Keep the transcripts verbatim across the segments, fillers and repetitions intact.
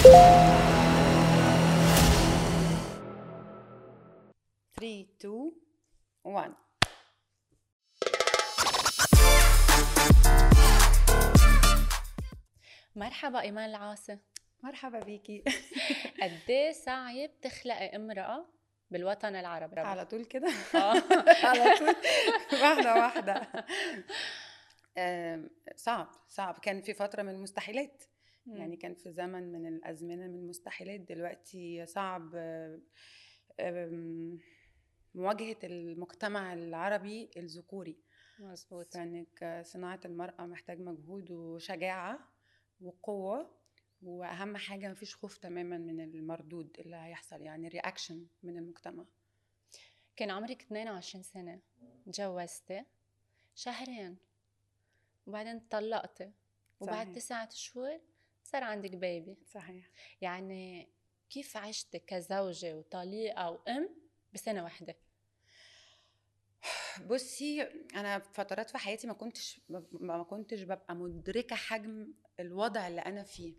ثلاثة اثنين واحد. مرحبا إيمان العاصي. مرحبا بيكي. قديه صعب تخلقي امرأة بالوطن العربي؟ على طول كده. آه. على طول واحدة واحدة. آم، صعب صعب كان في فترة من المستحيلات. مم. يعني كان في زمن من الأزمنة من المستحيلات. دلوقتي صعب آم، مواجهة المجتمع العربي الذكوري. مظبوط. فانك صناعة المرأة محتاج مجهود وشجاعة وقوة، واهم حاجة مفيش خوف تماما من المردود اللي هيحصل، يعني رياكشن من المجتمع. كان عمرك اثنين وعشرين سنة، تجوزتي شهرين وبعدين طلقتي، وبعد صحيح. تسعة شهور صار عندك بيبي. صحيح. يعني كيف عشت كزوجة وطليقة وأم بسنة واحدة؟ بصي، انا فترات في حياتي ما كنتش ما كنتش ببقى مدركة حجم الوضع اللي انا فيه،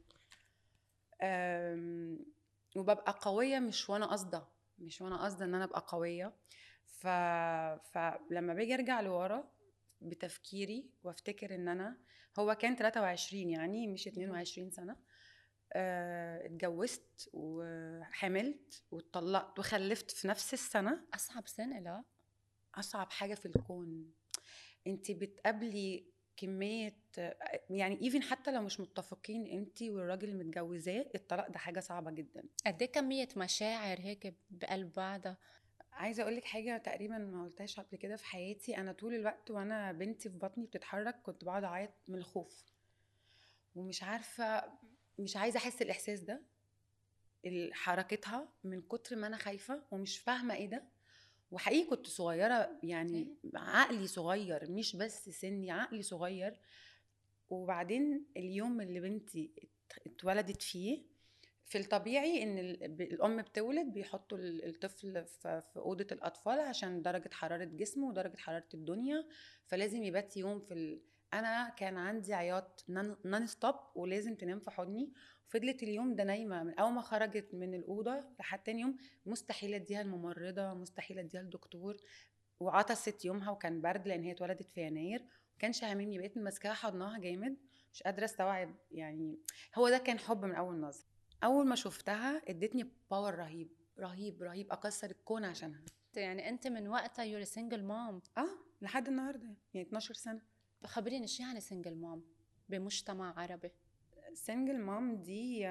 أم، وببقى قوية مش وانا قصده مش وانا قصده ان انا ابقى قوية. ف... فلما باجي ارجع لورا بتفكيري وافتكر ان انا هو كان ثلاثة وعشرين يعني مش اثنين وعشرين سنة. آه، اتجوزت وحملت واتطلقت وخلفت في نفس السنة. أصعب سنة. لا، أصعب حاجة في الكون. انت بتقابلي كمية، يعني ايفن حتى لو مش متفقين انت والراجل اللي متجوزاه، الطلاق ده حاجة صعبة جدا. قد ايه كمية مشاعر هيك بقلب بعضها. عايزة اقولك حاجة تقريبا ما قلتهاش قبل كده في حياتي. انا طول الوقت وانا بنتي في بطني بتتحرك كنت بقعد اعيط من الخوف، ومش عارفة، مش عايزة احس الاحساس ده، حركتها من كتر ما انا خايفة ومش فاهمة ايه ده. وحقيقي كنت صغيرة، يعني عقلي صغير، مش بس سني، عقلي صغير. وبعدين اليوم اللي بنتي اتولدت فيه، في الطبيعي ان الام بتولد بيحطوا الطفل في اوضه الاطفال عشان درجه حراره جسمه ودرجه حراره الدنيا، فلازم يبات يوم في ال... انا كان عندي عياط نون ستوب ولازم تنام في حضني. فضلت اليوم ده نايمه من اول ما خرجت من الاوضه لحد تاني يوم. مستحيل اديها الممرضه، مستحيل اديها الدكتور. وعطست يومها وكان برد لان هي اتولدت في يناير. كانش هاممني، بقيت ماسكاها حضناها جامد، مش قادره استوعب. يعني هو ده كان حب من اول نظر. اول ما شفتها ادتني باور رهيب رهيب رهيب، اكسر الكون عشانها. يعني انت من وقتها يور سنجل مام؟ اه، لحد النهارده يعني اتناشر سنه. خبريني شو يعني سنجل مام بمجتمع عربي؟ سنجل مام دي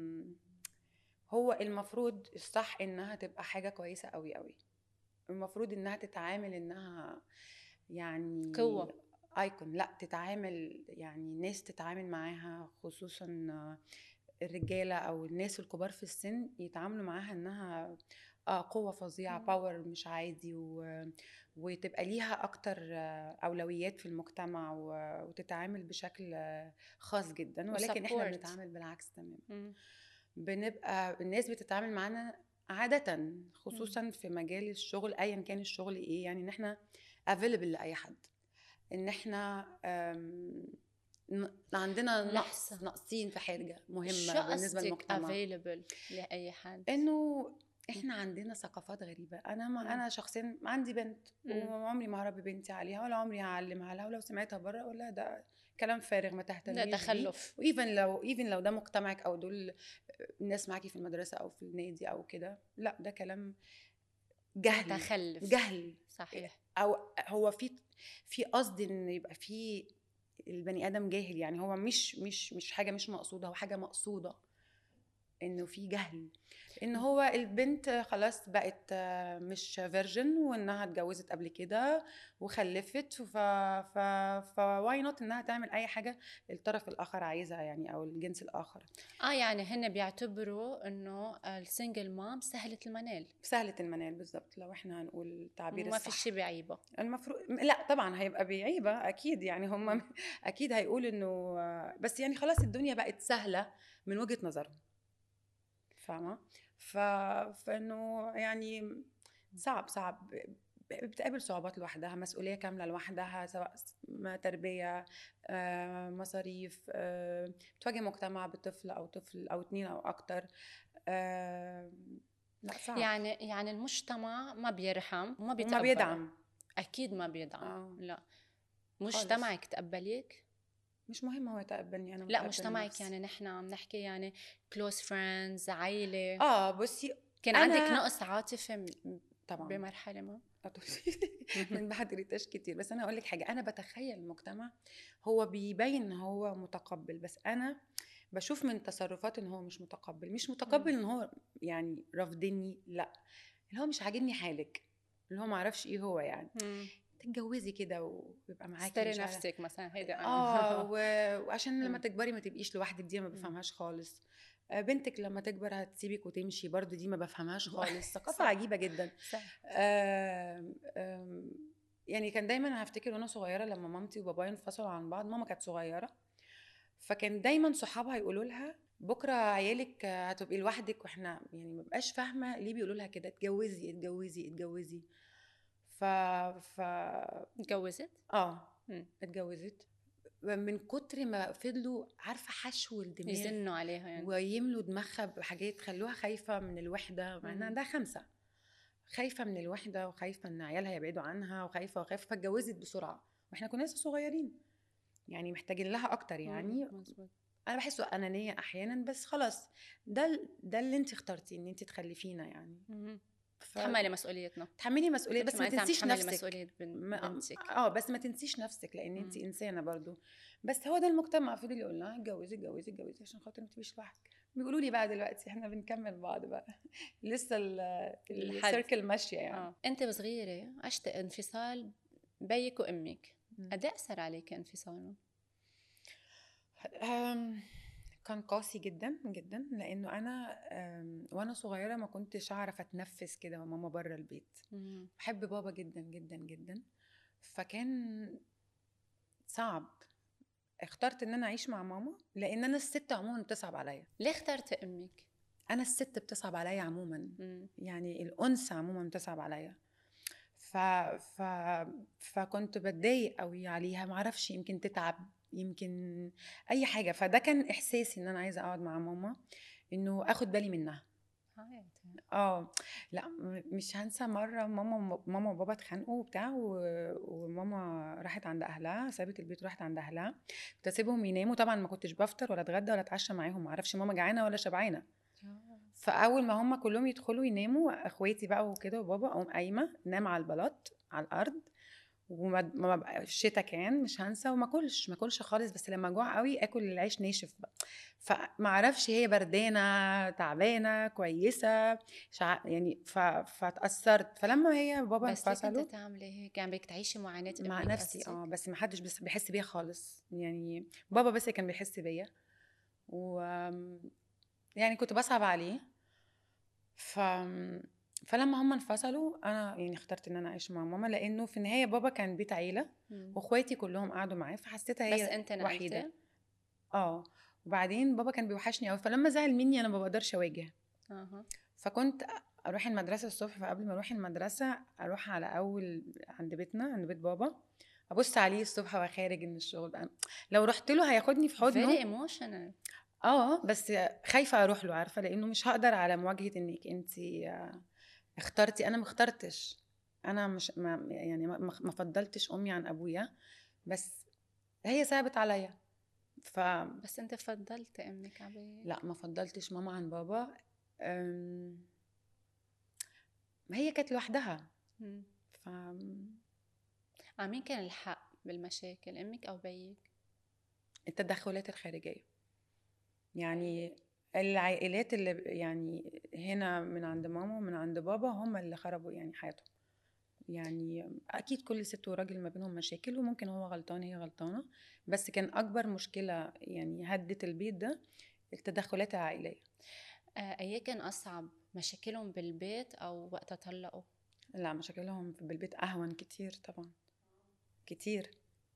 هو المفروض الصح انها تبقى حاجه كويسه قوي قوي. المفروض انها تتعامل انها يعني قوة. ايكون، لا تتعامل يعني الناس تتعامل معاها، خصوصا الرجاله او الناس الكبار في السن يتعاملوا معاها انها اه قوه فظيعه، باور مش عادي، و... وتبقى ليها اكتر اولويات في المجتمع، و... وتتعامل بشكل خاص جدا. ولكن احنا بنتعامل بالعكس تماما. بنبقى الناس بتتعامل معانا عاده، خصوصا في مجال الشغل ايا كان الشغل ايه، يعني ان احنا افيلبل لاي حد، ان احنا عندنا نقص ناقصين في حاجه مهمه بالنسبه للمجتمع. available لاي حد انه احنا عندنا ثقافات غريبه. انا ما انا شخصيا عندي بنت وعمري ما هربي بنتي عليها ولا عمري هعلمها لها، ولو سمعتها بره اقول لها ده كلام فارغ ما تهتميش بيه. تخلف. وايفن لو ايفن لو ده مجتمعك او دول الناس معاكي في المدرسه او في النادي او كده، لا ده كلام جهل. تخلف. جهل. صحيح. او هو في في قصد ان يبقى في البني ادم جاهل، يعني هو مش مش مش حاجه مش مقصوده، هو حاجه مقصوده، انه في جهل، ان هو البنت خلاص بقت مش فيرجن وانها اتجوزت قبل كده وخلفت، ف ف فواي نوت انها تعمل اي حاجه الطرف الاخر عايزها، يعني او الجنس الاخر. اه يعني هن بيعتبروا انه السنجل مام سهله المنال. سهله المنال بالظبط، لو احنا هنقول التعبير الصح. ما في شيء بعيبه المفروض. لا طبعا هيبقى بعيبه اكيد، يعني هم اكيد هيقول انه بس يعني خلاص الدنيا بقت سهله من وجهه نظرهم، فاهمه؟ ف... فانه يعني صعب صعب بتقابل صعوبات لوحدها، مسؤولية كاملة لوحدها، سواء ما تربية، آه، مصاريف، آه، بتواجه مجتمع بطفل أو طفل أو اتنين أو أكتر. آه، لا صعب. يعني يعني المجتمع ما بيرحم وما وما بيتقبل. بيدعم. اكيد ما بيدعم. اه لا. خالص. مجتمعك تقبليك؟ مش مهم هو يتقبلني، أنا لا متقبلة مجتمعك نفسي. يعني نحن عم نحكي يعني close friends، عائلة. اه بصي، كان عندك أنا نقص عاطفي م- طبعا بمرحلة ما؟ من بعد ريتاش كتير. بس انا اقول لك حاجه، انا بتخيل المجتمع هو بيبين ان هو متقبل، بس انا بشوف من تصرفات ان هو مش متقبل. مش متقبل ان هو يعني رافضني، لا، اللي هو مش عاجبني حالك، اللي هو ما اعرفش ايه هو يعني. مم. تتجوزي كده ويبقى معاكي استري مش عارفه. نفسك مثلا، هيدا اه انا. و... وعشان لما مم. تكبري ما تبقيش لوحدك، دي ما مم. بفهمهاش خالص. آه، بنتك لما تكبر هتسيبك وتمشي، برضو دي ما بفهمهاش خالص. ثقافة صح عجيبة جدا. صح. آم، آم، يعني كان دايما هفتكر وانا صغيرة لما مامتي وبابايا انفصلوا عن بعض، ماما كانت صغيرة، فكان دايما صحابها يقولوا لها بكرة عيالك هتبقي لوحدك، واحنا يعني ما بقاش فاهمة ليه بيقولوا لها كده، اتجوزي اتجوزي اتجوزي. ف ف اتجوزت؟ اه مم. اتجوزت. من كتر ما فضلوا عارفه حشو الدماغ يزنوا عليها يعني. ويملوا دماغها بحاجات، خلوها خايفه من الوحده، مع انها مم. عندها خمسه. خايفه من الوحده وخايفه ان عيالها يبعدوا عنها وخايفه وخايفه، فاتجوزت بسرعه واحنا كنا لسه صغيرين، يعني محتاجين لها اكتر مم. يعني. مظبوط. انا بحسه انانيه احيانا، بس خلاص، ده ال- ده اللي انت اخترتيه ان انت تخلفينا يعني. مم. تحملي فتحملي مسؤوليتنا مسؤوليه، مثل بس ما ما انت عم تنسيش تحملي نفسك. مسؤولية بن- ما بنتك. اه بس ما تنسيش نفسك، لان انت مم. انسانه برضو. بس هو ده المجتمع فضل يقول لها اتجوزي اتجوزي اتجوزي عشان خاطر ما تبقيش لوحدك. بيقولوا لي بقى دلوقتي احنا بنكمل بعض بقى لسه الحد. السيركل ماشيه يعني. اه انت وصغيرة عشت انفصال بيك وامك، مم. قد ايه اثر عليك انفصالهم؟ أم، كان قاسي جدا جدا، لانه انا أم، وانا صغيره ما كنتش اعرف اتنفس كده وماما بره البيت. مم. بحب بابا جدا جدا جدا، فكان صعب. اخترت ان انا اعيش مع ماما لان انا الست عموما بتصعب عليا. ليه اخترت امك؟ انا الست بتصعب عليا عموما، مم. يعني الانثى عموما بتصعب عليا. ف... ف... فكنت بتضايق قوي عليها، معرفش، يمكن تتعب، يمكن اي حاجه. فده كان احساسي ان انا عايزه اقعد مع ماما، انه اخد بالي منها. حياتي. اه لا، م- مش هنسى مره ماما ماما وبابا اتخانقوا وبتاع و- وماما راحت عند اهلها، سابت البيت وراحت عند اهلها. كنت اسيبهم يناموا، طبعا ما كنتش بفطر ولا اتغدى ولا اتعشى معاهم، ما اعرفش ماما جعانه ولا شبعانه. آه. فاول ما هم كلهم يدخلوا يناموا، اخواتي بقى وكده وبابا، اقوم قايمه نام على البلاط على الارض. وما ما بقى الشتا كان مش هنسى، وما اكلش ما اكلش خالص، بس لما جوع قوي اكل العيش ناشف بقى. فما اعرفش هي بردانه تعبانه كويسه، شع... يعني ف... فاتاثرت. فلما هي بابا بس ليه كنت انفصلوا تعملي هيك؟ يعني بدك تعيشي معاناة مع امك نفسي، اه قصدك؟ بس ما حدش بس بيحس بيا خالص، يعني بابا بس اللي كان بيحس بيا. و يعني كنت بصعب عليه. ف فلما هم انفصلوا انا يعني اخترت ان انا اعيش مع ماما، لانه في النهايه بابا كان بيت عيله مم. واخواتي كلهم قعدوا معاه، فحسيتها بس هي انت وحيده. نقلتي؟ اه وبعدين بابا كان بيوحشني قوي، فلما زعل مني انا ما بقدرش اواجه. اها. فكنت اروح المدرسه الصبح، فقبل ما اروح المدرسه اروح على اول عند بيتنا، عند بيت بابا، ابص عليه الصبح وهو خارج من الشغل بقى. لو رحت له هياخدني في very حضنه. emotional. اه بس خايفه اروح له، عارفه، لانه مش هقدر على مواجهه انك انت اخترتي، انا ما اخترتش. انا مش ما يعني ما, ما فضلتش امي عن ابويا، بس هي صعبت عليا. ف بس انت فضلت امك لا عبيك. ما فضلتش ماما عن بابا. أم... ما هي كانت لوحدها. مم. ف آه، مين كان الحق بالمشاكل، امك او بيك؟ التدخلات الخارجيه، يعني العائلات اللي ب- يعني هنا من عند ماما ومن عند بابا هم اللي خربوا يعني حياتهم. يعني اكيد كل ست وراجل ما بينهم مشاكل، وممكن هو غلطان هي غلطانه، بس كان اكبر مشكله يعني هدت البيت ده التدخلات العائليه. آه، ايه كان اصعب، مشاكلهم بالبيت او وقت طلقوا؟ لا مشاكلهم في بالبيت اهون كتير طبعا، كتير.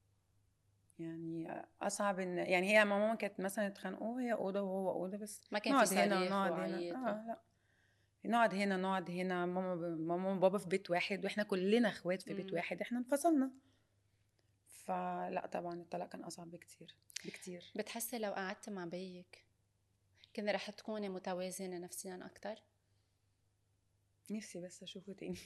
يعني اصعب ان يعني هي ماما كانت مثلا اتخانقوا، هي اوضه وهو اوضه، بس ما كان في نقعد هنا صريخ ونقعد هنا. وعيط و... اه لا، نقعد هنا نقعد هنا، ماما ب... ماما وبابا في بيت واحد واحنا كلنا اخوات في بيت مم. واحد، احنا انفصلنا. فلا طبعا الطلاق كان اصعب بكتير بكتير. بتحسي لو قعدت مع بيك كنت رح تكوني متوازنة نفسيا أكتر؟ نفسي بس اشوفه تاني.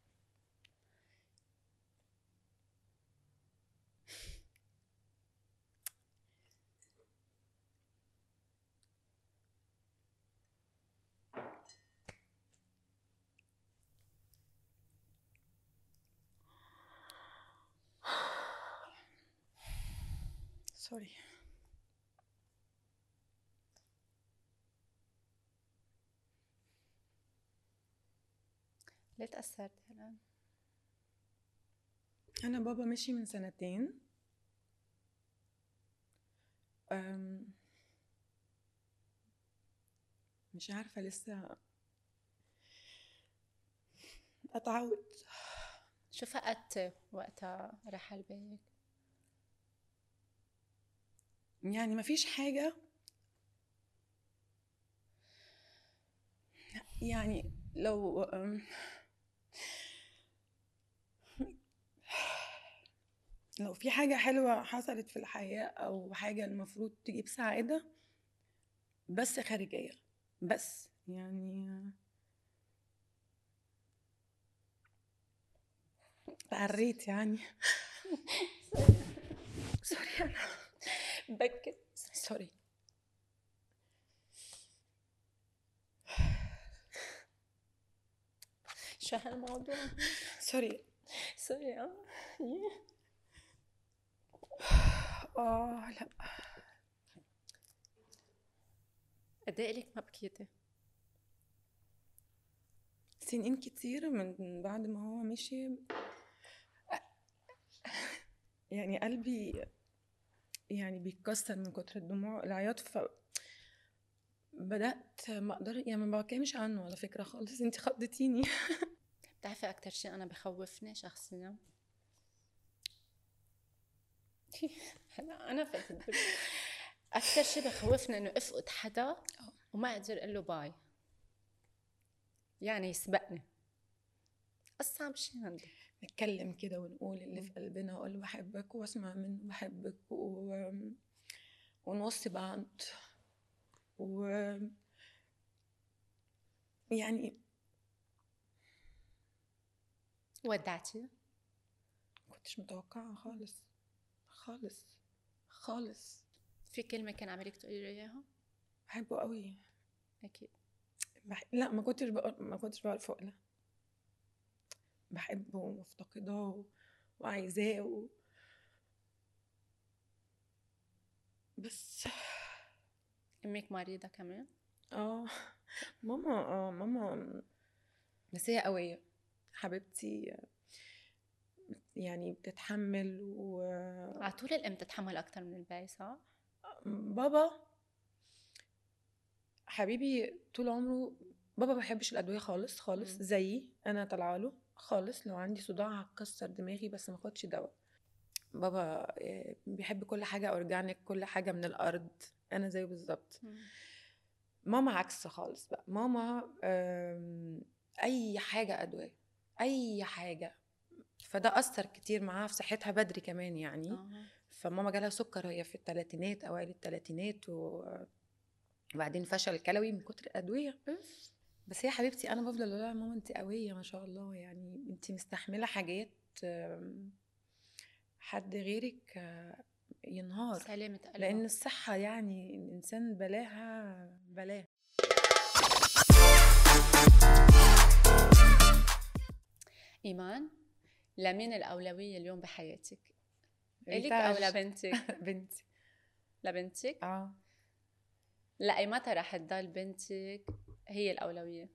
سوري. ليه تأثرتي هلا؟ انا بابا مشي من سنتين، أم... مش عارفة لسه اتعود. شو فقدتي وقتها رحل بيك؟ يعني مفيش حاجة، يعني لو أم... لو في حاجة حلوة حصلت في الحياة أو حاجة المفروض تجيب سعادة بس خارجية، بس يعني تعريت يعني. سوري أنا بكت. سوري. شو هالموضوع؟ سوري. سوري. اه آه لا. قد ايه لك ما بكيتي؟ سنين كتير من بعد ما هو مشي، يعني قلبي يعني بيتكسر من كتر الدموع العياط. ف بدأت ما اقدر يعني ما بكلمش عنه على فكرة خالص، انت خضتيني. بتعرفي اكتر شيء انا بخوفني شخصيا؟ هلا انا فقدت اكثر شيء بخوفني انه افقد حدا وما اقدر اقول له باي، يعني يسبقني. اصعب شيء عندي نتكلم كده ونقول اللي في قلبنا، واقول له بحبك واسمع منه بحبك و... ونوصي بعض و يعني ودعتي؟ كنتش متوقعة خالص خالص خالص. في كلمه كان عمالك تقولي له اياها؟ بحبه قوي. اكيد. بح... لا ما كنتش بقول ما كنتش بقول فوق. لا بحبه ومفتقداه و... وعايزاه و... بس امك مريضه كمان؟ اه ماما اه ماما بس هي قوية حبيبتي، يعني بتتحمل. و على طول الام تتحمل اكثر من الباقي صح؟ بابا حبيبي طول عمره، بابا ما بيحبش الادويه خالص خالص مم. زيي انا طالعه له خالص. لو عندي صداع هتكسر دماغي بس ما اخدش دواء. بابا آه، بيحب كل حاجه اورجانيك، كل حاجه من الارض، انا زيه بالظبط. مم. ماما عكس خالص بقى. ماما آم، اي حاجه ادويه، اي حاجه. فده اثر كتير معاها في صحتها بدري كمان يعني. آه. فماما جالها سكر هي في الثلاثينات اوائل الثلاثينات، وبعدين فشل كلوي من كتر الادويه. بس هي حبيبتي انا بفضل اقول لها ماما انت قويه ما شاء الله، يعني انت مستحمله حاجات آم، حد غيرك آه، ينهار. سلامة قلبها. لان الصحه يعني الانسان بلاها بلاه. إيمان، لمين الأولوية اليوم بحياتك؟ إلك ريتاج. أو لبنتك؟ بنتي. لبنتك؟ اه لأي متى رح تضل بنتك هي الأولوية؟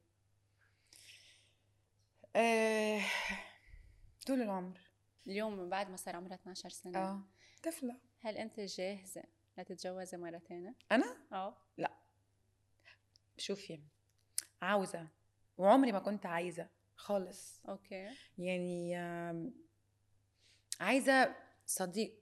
آه، طول العمر. اليوم من بعد ما صار عمرها اثنعش سنة، اه طفله. هل أنت جاهزة لتتجوزي مرة تانية؟ انا اه. لا، شوفي عاوزه وعمري ما كنت عايزه خالص. اوكي. يعني آم، عايزه صديق،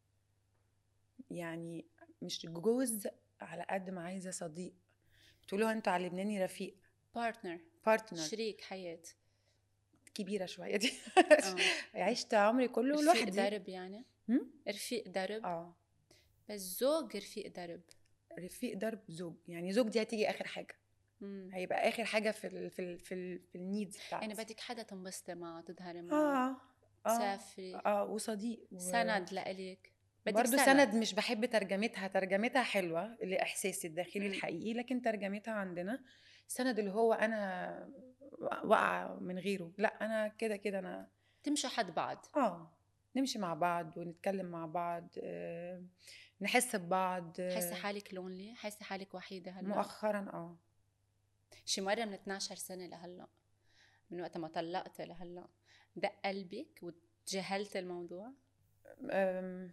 يعني مش جوز على قد ما عايزه صديق. بتقولوا انتوا علمناني رفيق، بارتنر، بارتنر شريك حياة كبيره شويه دي. اه عشت عمري كله رفيق لوحدي. درب يعني، هم؟ رفيق درب. اه بس زوج رفيق درب. رفيق درب زوج، يعني زوج دي هتيجي اخر حاجه، مم. هيبقى اخر حاجه في ال في ال في, ال في النيدز بتاعتي. يعني بدك حدا تنبسطي معه، تظهري معه، اه اه تسافري، اه وصديق و... سند لإلك، بدك برضو سند, سند مش بحب ترجمتها، ترجمتها حلوة لإحساسي الداخلي مم. الحقيقي، لكن ترجمتها عندنا سند اللي هو أنا واقعة من غيره، لا أنا كده كده أنا تمشوا حد بعض. آه نمشي مع بعض ونتكلم مع بعض، آه نحس ببعض. حاسه آه حالك لونلي؟ حاسه حالك وحيده هلا؟ مؤخرا اه شي مره من اثنعش سنه لهلا، من وقت ما طلقت لهلا، دق قلبك وتجاهلت الموضوع؟ آم،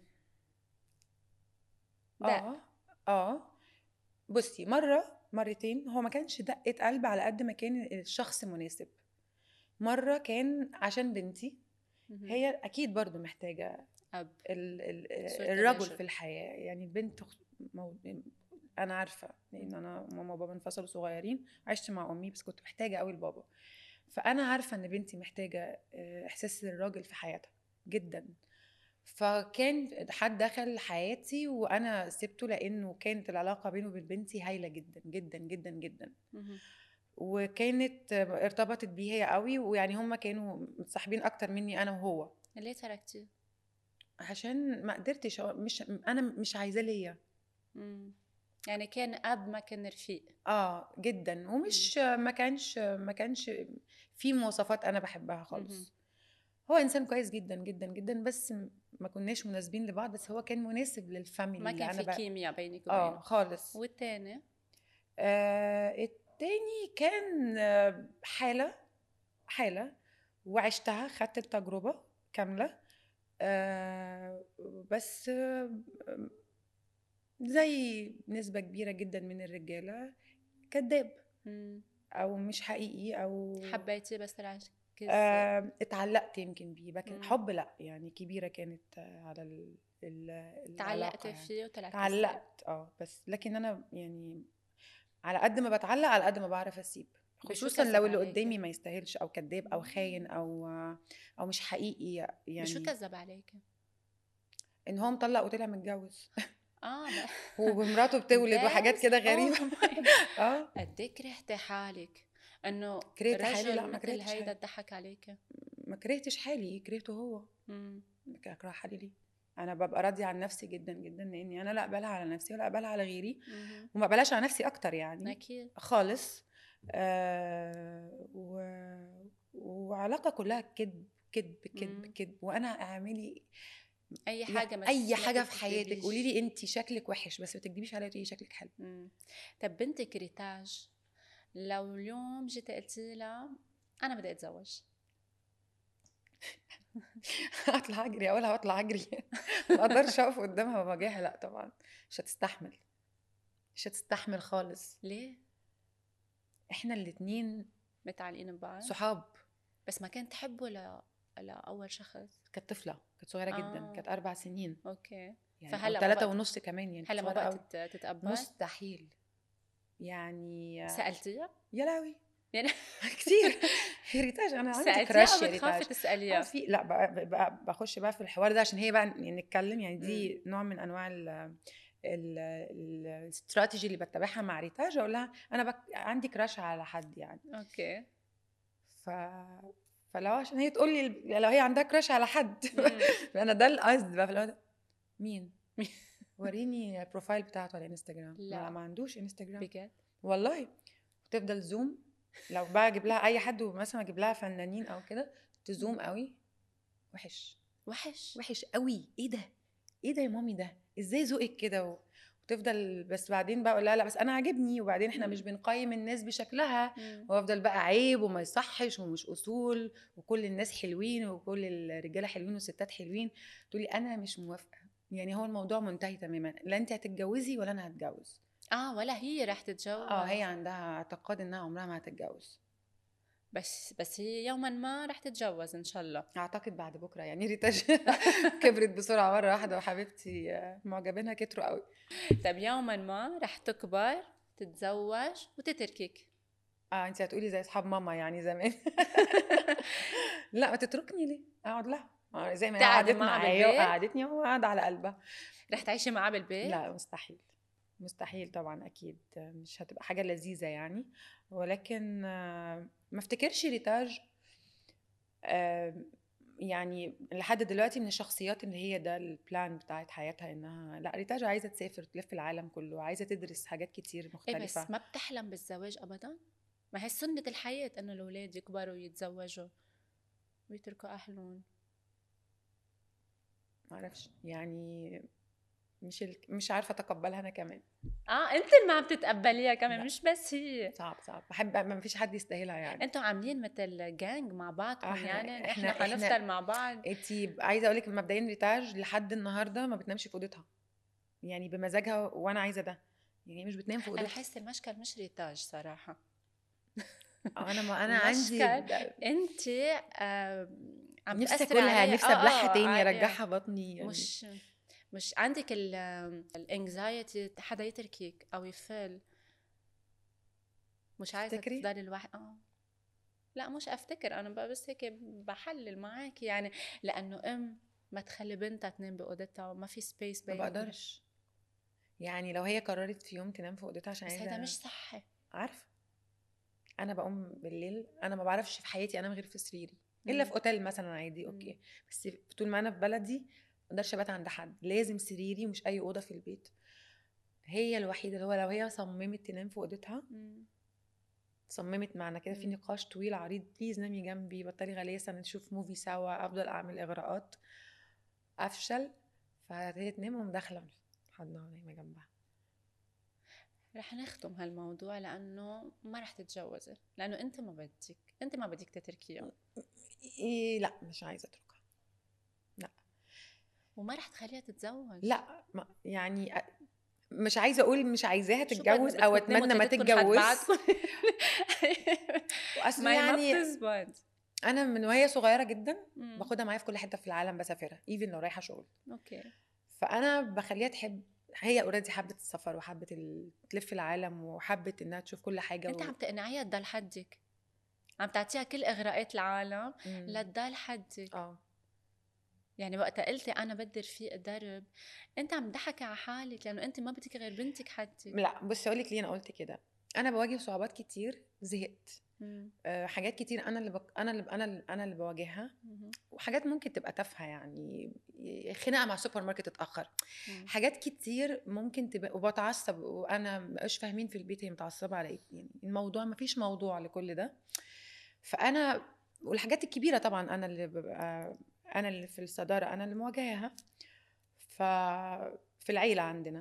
دق. اه اه بصي، مرة مرتين هو ما كانش دقة قلب على قد ما كان الشخص مناسب. مرة كان عشان بنتي، مهم. هي أكيد برضو محتاجة اب. ال ال سوء الرجل تباشر. في الحياة، يعني البنت مو... أنا عارفة لأن أنا ماما وبابا انفصلوا صغيرين، عشت مع أمي بس كنت محتاجة قوي لبابا، فأنا عارفة إن بنتي محتاجة آه، إحساس الراجل في حياتها جدا. فكان حد دخل حياتي وأنا سبته لأنه كانت العلاقة بينه وبين بنتي هايلة جدا جدا جدا جدا، مهم. وكانت ارتبطت بيه هي قوي، ويعني هما كانوا متصاحبين أكتر مني أنا وهو. ليه تركتي؟ عشان ما قدرتش، مش انا مش عايزاه ليا. مم. يعني كان اب ما كان رفيق. اه جدا، ومش ما كانش ما كانش في مواصفات انا بحبها مهم. خالص. هو انسان كويس جدا جدا جدا، بس ما كناش مناسبين لبعض، بس هو كان مناسب للفاميلي ما اللي كان انا في بقى. كيمياء بينك اه وبينه. خالص. والتاني؟ آه التاني كان آه، حالة حالة وعشتها، خدت التجربة كاملة. آه بس آه زي نسبة كبيرة جدا من الرجالة كذاب مم. او مش حقيقي او حبيتي بس العشق كذب. آه اتعلقت يمكن بيه، لكن مم. حب لا، يعني كبيرة كانت على ال ال العلاقة تعلقتي يعني. فيه وطلع كذاب. تعلقت اه بس لكن انا يعني على قد ما بتعلق على قد ما بعرف اسيب، بشو خصوصا كذب لو اللي عليك؟ قدامي ما يستاهلش او كذاب او خاين او او مش حقيقي بشو يعني. كذب عليك؟ ان هو مطلق وطلع متجوز اه ب... ومراته بتولد وحاجات بس كده اوه غريبة. ماي، اه قد ايه كرهتي حالك انه كرهت حالي؟ لا رجل ما مثل كرهتش هيدا حالي، ضحك عليك؟ ما كرهتش حالي، كرهته هو. مم. اكره حالي ليه؟ انا ببقى راضيه عن نفسي جدا جدا، لاني انا لا اقبلها على نفسي ولا اقبلها على غيري، مهم. وما اقبلهاش على نفسي اكتر يعني اكيد. خالص. آه و... وعلاقه كلها كذب كذب كذب مم. كذب، وانا اعملي اي يا- حاجه ما اي تس... ما حاجه في حياتك تكذبيش. قولي لي انت شكلك وحش بس ما تكدبيش عليا تقولي شكلك حلو. مم. طب بنتك ريتاج، لو اليوم جيت قلتي لها انا بدي اتزوج، اطلع اجري اقولها واطلع اجري. ما اقدرش اقف قدامها وأواجهها، لا طبعا مش هتستحمل، مش هتستحمل خالص. ليه؟ احنا الاتنين متعلقين ببعض؟ صحاب. بس ما كنت تحبه ل... لأول شخص؟ كانت طفله، كانت صغيره جدا، اه كانت اربع سنين اوكي. يعني، او فهلا ما ثلاثة بقى ونص كمان، يعني كانت هلا ما صغيره بقى قوي. تت... تتقبل؟ مستحيل يعني. سألتيها؟ يا لهوي يعني كتير. يا ريتاج انا عندي سألتيها كراش او يا بتخافي ريتاج. اه تسأليها؟ في لا بقى, بقى بخش بقى في الحوار ده عشان هي بقى يعني نتكلم، يعني مم. دي نوع من انواع ال ال- ال- الاستراتيجي اللي بتبعها مع ريتاج، اقول لها انا بك عندي كراش على حد يعني. اوكي. ف فلو عشان هي تقول لي لو هي عندها كراش على حد مم. فانا ده القصد بقى في الوقت ده. مين؟ وريني البروفايل بتاعته على انستجرام. ما لا ما عندوش انستجرام بجد؟ والله. تفضل زوم، لو بقى اجيب لها اي حد ومثلا اجيب لها فنانين او كده تزوم قوي، وحش وحش. وحش قوي. ايه ده؟ ايه ده يا مامي؟ ده ازاي ذوقك كده و... وتفضل بس بعدين بقى اقول لها لا بس انا عاجبني، وبعدين احنا مم. مش بنقيم الناس بشكلها، مم. وافضل بقى عيب وما يصحش ومش اصول وكل الناس حلوين وكل الرجاله حلوين والستات حلوين. تقولي انا مش موافقه، يعني هو الموضوع منتهي تماما، لا انت هتتجوزي ولا انا هتجوز. اه ولا هي رح تتجوز؟ اه هي عندها اعتقاد انها عمرها ما هتتجوز. بس بس هي يوما ما رح تتجوز ان شاء الله. اعتقد بعد بكره يعني. ريتاج كبرت بسرعه مره واحده، وحبيبتي آه، معجبينها كتروا قوي. طب يوما ما رح تكبر، تتزوج وتتركك، اه انت هتقولي زي اصحاب ماما يعني زمان. لا، ما تتركني ليه اقعد لها؟ آه، زي ما هي تقعدي قعدت معها معايا بالبيت؟ وقعدتني وقعد على قلبها. رح تعيشي معها بالبيت؟ لا مستحيل، مستحيل طبعا، اكيد مش هتبقى حاجه لذيذه يعني. ولكن آه، ما افتكرش ريتاج آه، يعني لحد دلوقتي من الشخصيات اللي هي ده البلان بتاعت حياتها، انها لا، ريتاج عايزه تسافر تلف العالم كله، عايزه تدرس حاجات كتير ايه مختلفه. بس ما بتحلم بالزواج ابدا؟ ما هي سنة الحياة انه الاولاد يكبروا ويتزوجوا ويتركوا اهلهم. معرفش يعني، مش ال... مش عارفه اتقبلها انا كمان. اه انت اللي ما عم تتقبليها كمان، لا مش بس هي. صعب صعب، بحب ما فيش حد يستاهلها يعني. انتوا عاملين مثل جانج مع بعضكم احنا يعني، احنا احنا احنا حنفضل مع بعض. انتي عايزه اقول لك مبدئيا ريتاج لحد النهارده ما بتنامش في اوضتها، يعني بمزاجها وانا عايزه ده، يعني هي مش بتنام في انا اوضتها. حاسه المشكل مش ريتاج صراحه. أو انا ما انا عندي المشكل ب- انت آه عم نفسي تاثري اكلها، علي. اه نفسي ابلعها اه تاني ع- يعني ارجعها بطني يعني. مش مش عندك الانكزايتي حدا يتركك او يفل، مش عايزه تفتكري؟ تفضلي الواحد. اه لا مش افتكر، انا بقى بس هيك بحلل معاكي يعني. لانه ام ما تخلي بنتها تنام باوضتها وما في سبيس ما بيني وبين. بقدرش، يعني لو هي قررت في يوم تنام في اوضتها عشان بس هذا عايزه. مش صحي. عارفه، انا بقوم بالليل انا ما بعرفش في حياتي انام غير في سريري، الا في مم. اوتيل مثلا عادي مم. اوكي. بس طول ما انا في بلدي ما اقدرش ابات عند حد، لازم سريري مش اي اوضه في البيت. هي الوحيده اللي هو لو هي صممت تنام في اوضتها، مم. صممت معنا كده في مم. نقاش طويل عريض، بليز نامي جنبي، بطلي غلاسه، نشوف موفي سوا، افضل اعمل اغراءات، افشل، فهي تنام ومداخله حضنها نايمه جنبها. رح نختم هالموضوع لانه ما رح تتجوزي، لانه انت ما بدك، انت ما بدك تتركيها إيه لا مش عايزه اتركها. لا وما رح تخليها تتزوج. لا ما يعني أ- مش عايزه اقول مش عايزاها شو بد تتجوز او بدكم تناموا اتمنى ما تلاتتكم حد تتجوز. بعضكم؟ واصل ما هي ما يعني بتزبط. انا من وهي صغيره جدا مم. باخدها معايا في كل حته في العالم بسافرها، ايفن لو رايحه شغل. اوكي. فانا بخليها تحب، هي اوريدي حبت السفر وحبت ال- تلف العالم وحبت انها تشوف كل حاجه انت و... عم تقنعيها تضل حدك، عم تعطيها كل اغراءات العالم مم. لتضل حدك. اه يعني وقت قلتي انا بدي رفيق درب، انت عم تضحكي على حالك، لانه انت ما بدك غير بنتك حدك. لا بصي اقول لك ليه انا قلت كده. انا بواجه صعوبات كتير، زهقت. مم. أه حاجات كتير انا اللي بك... انا اللي انا اللي انا اللي بواجهها، مم. وحاجات ممكن تبقى تافهه يعني، خناقه مع السوبر ماركت اتاخر، مم. حاجات كتير ممكن تبقى، وبتعصب وانا مش فاهمين في البيت هي متعصبه على ايه، يعني الموضوع ما فيش موضوع لكل ده. فانا والحاجات الكبيره طبعا انا اللي ببقى، انا اللي في الصداره، انا اللي مواجهاها. ف في العيله عندنا،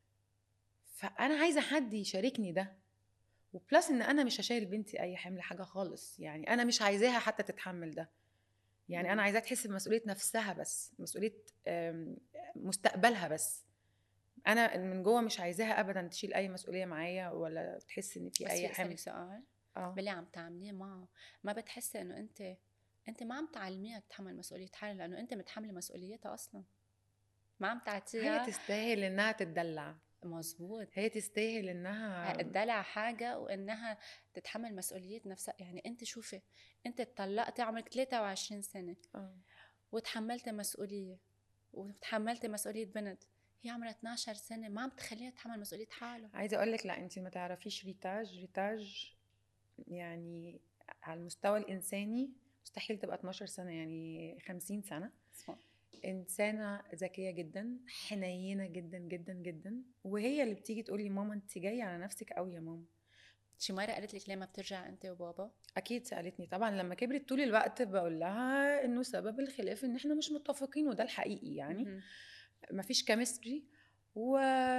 فانا عايزه حد يشاركني ده، وبلس ان انا مش هشيل بنتي اي حمل حاجه خالص، يعني انا مش عايزاها حتى تتحمل ده، يعني انا مم. عايزاها تحس بمسؤوليه نفسها بس، مسؤوليه آم، مستقبلها بس. انا من جوه مش عايزاها ابدا تشيل اي مسؤوليه معايا ولا تحس ان في بس اي في اسالك حمل. سؤال، اه باللي عم تعمليه معه ما بتحسي انه انت انت ما عم تعلميها تتحمل مسؤوليه حالها، لانه انت متحمله مسؤوليتها اصلا، ما عم هي تعطيها. تستاهل انها تتدلع، مزبوط. هي تستاهل انها. الدلع حاجة وإنها تتحمل مسؤولية نفسها. يعني أنت شوفي، أنت اتطلقتي عمرك ثلاثة وعشرين سنة اه وتحملتي مسؤولية، وتحملتي مسؤولية بنت، هي عمرها اثناشر سنة ما عم تخليها تتحمل مسؤولية حالها. عايزه اقول لك لا انت ما تعرفيش ريتاج، ريتاج يعني على المستوى الانساني مستحيل تبقى اتناشر سنه، يعني خمسين سنه. اسمع. انسانه ذكيه جدا، حنينه جدا جدا جدا، وهي اللي بتيجي تقول لي ماما انت جايه على نفسك قوي يا ماما. شي مرة قالت لك ليه ما بترجع أنت وبابا؟ اكيد سالتني طبعا، لما كبرت طول الوقت بقول لها انه سبب الخلاف ان احنا مش متفقين، وده الحقيقي يعني مهم. مفيش كيمستري. و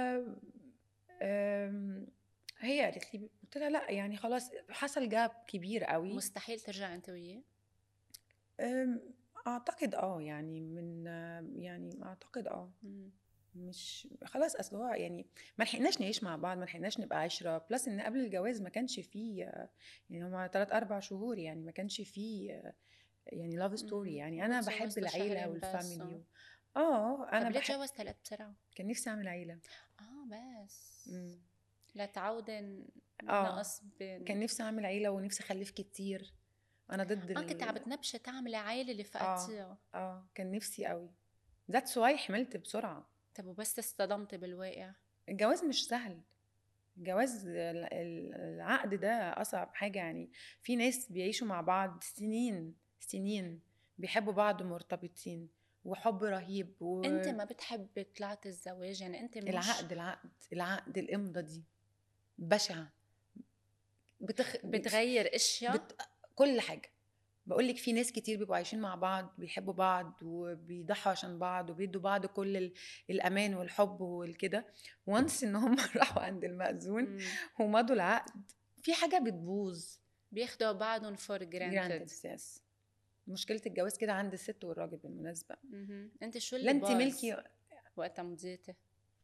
أم، هي قالت لي، قلت لها لا يعني خلاص حصل جاب كبير قوي. مستحيل ترجع أنت وياه. أم، اعتقد اه يعني من يعني اعتقد اه مم. مش خلاص، اصل هو يعني ما لحقناش نعيش مع بعض، ما لحقناش نبقى عشرة، بلس ان قبل الجواز ما كانش فيه يعني هما ثلاث اربع شهور، يعني ما كانش فيه يعني لاف ستوري، مم. يعني انا بحب وتجوزتوا العيله شهرين بس والفاميلي آه. و... اه انا طب ليه بحب، تجوزت هالقد بسرعة؟ كان نفسي اعمل عيله. آه بس مم. لا تعودي اه نقص بين كان نفسي اعمل عيله ونفسي اخلف كتير. انا ضد اه كنت عم ال... بتنبشي تعملي عائله اللي اه فقدتيها. اه كان نفسي قوي. ذاتس واي حملت بسرعه. طب وبس اصطدمتي بالواقع؟ الجواز مش سهل. الجواز ال- ال- العقد ده اصعب حاجه يعني. في ناس بيعيشوا مع بعض سنين سنين، بيحبوا بعض ومرتبطين وحب رهيب. انت والعقد ما بتحبي طلعة الزواج يعني؟ انت مش العقد العقد الامضه دي بشعه. بتخ... بتغير اشياء؟ بت... كل حاجه. بقول لك في ناس كتير بيبقوا عايشين مع بعض، بيحبوا بعض وبيضحوا عشان بعض وبيدوا بعض كل ال... الامان والحب والكده. وانس ان هم راحوا عند المأذون مم. ومضوا العقد، في حاجه بتبوظ. بياخدوا بعضهم فور جرانتد. جرانتد سياس. مشكله الجواز كده عند الست والراجل بالمناسبه. انت شو لا اللي انت باظ ملكي. وقتها مضيتي؟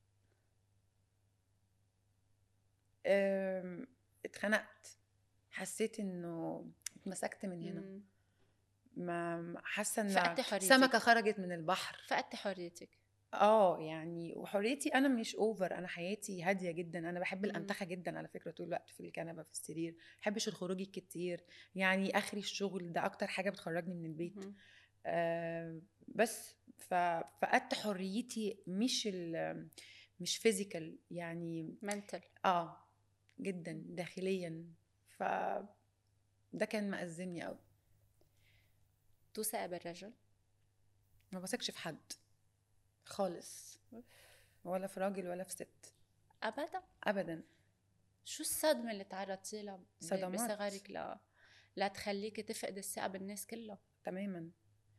أم، اتخنقت. حسيت انه اتمسكت من هنا. مم. ما حاسه ان فقدتي حريتك. سمكه خرجت من البحر. فقدتي حريتك. اه يعني وحريتي انا مش اوفر، انا حياتي هاديه جدا. انا بحب مم. الانتخه جدا على فكره، طول الوقت في الكنبه في السرير. بحبش الخروج الكتير، يعني اخري الشغل ده اكتر حاجه بتخرجني من البيت. مم. آه بس ففقدت حريتي، مش ال مش فيزيكال يعني. منتل. اه جدا داخليا. ف ده كان مأزمني قوي. توثقي بالرجل؟ ما بثقش في حد خالص، ولا في راجل ولا في ست ابدا؟ ابدا. شو الصدمه اللي تعرضتي لها ب- صدمات بصغرك لا لا تخليكي تفقدي الثقه بالناس كلها؟ تماما.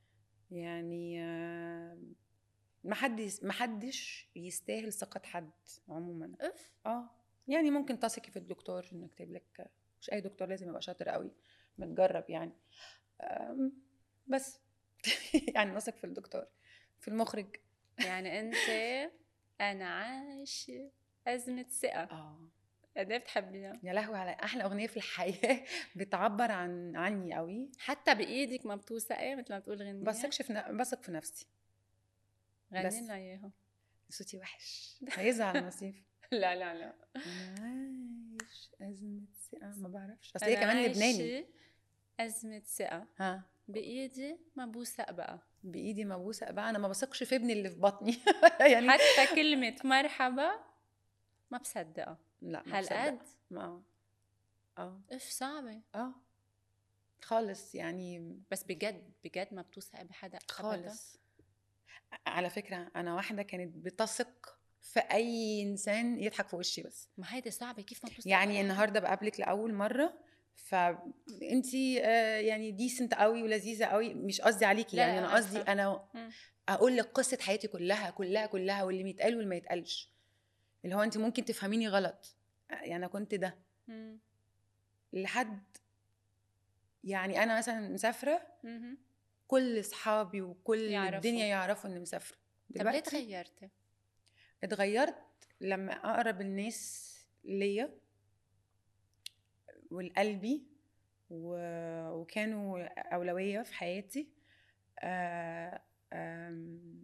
يعني آه، ما حدش ما حدش يستاهل ثقة حد عموما. اف. اه يعني ممكن تثقي في الدكتور انه يكتب لك، مش اي دكتور لازم يبقى شاطر قوي متجرب يعني. آم، بس يعني نثق في الدكتور، في المخرج. يعني انت انا عايش ازمه ثقه. اه قد ايه بتحبيها؟ يا لهوي على احلى اغنيه في الحياه بتعبر عن عني قوي. حتى بايدك ما بتوثقي مثل ما بتقول غنيه؟ بثقش في ن- بثق في نفسي. غني بس لنا اياها. صوتي وحش هيزعل نصيف. لا لا لا. انا عايش ازمه ثقه، ما بعرفش اصل هي انا كمان لبناني. عايشه ازمه ثقه ها بايدي ما بوثق بقى. بايدي مبوسه بقى. انا ما بثقش في ابني اللي في بطني يعني. حتى كلمه مرحبا ما بصدقها. لا ما هالقد؟ بصدق. ما اه اف صعبه. اه خالص يعني. بس بجد بجد ما بتوثقي بحدا ابدا؟ خالص. على فكره انا واحده كانت بتثق في اي انسان يضحك في وشي بس. ما هيدي صعبه، كيف ما بتوثقي يعني بحدا؟ النهارده بقابلك لاول مره، فانتي آه يعني ديسنت قوي ولذيذه قوي، مش قصدي عليكي لا يعني، لا انا قصدي عارفه. انا مم. اقول لك قصه حياتي كلها كلها كلها، واللي يتقال واللي ما يتقالش، اللي هو انت ممكن تفهميني غلط. يعني انا كنت ده مم. لحد يعني انا مثلا مسافره، مهم. كل اصحابي وكل يعرفوا. الدنيا يعرفوا اني مسافره. طب ليه دلوقتي تغيرتي؟ اتغيرت لما اقرب الناس ليا والقلبي و... وكانوا اولويه في حياتي. آه آم،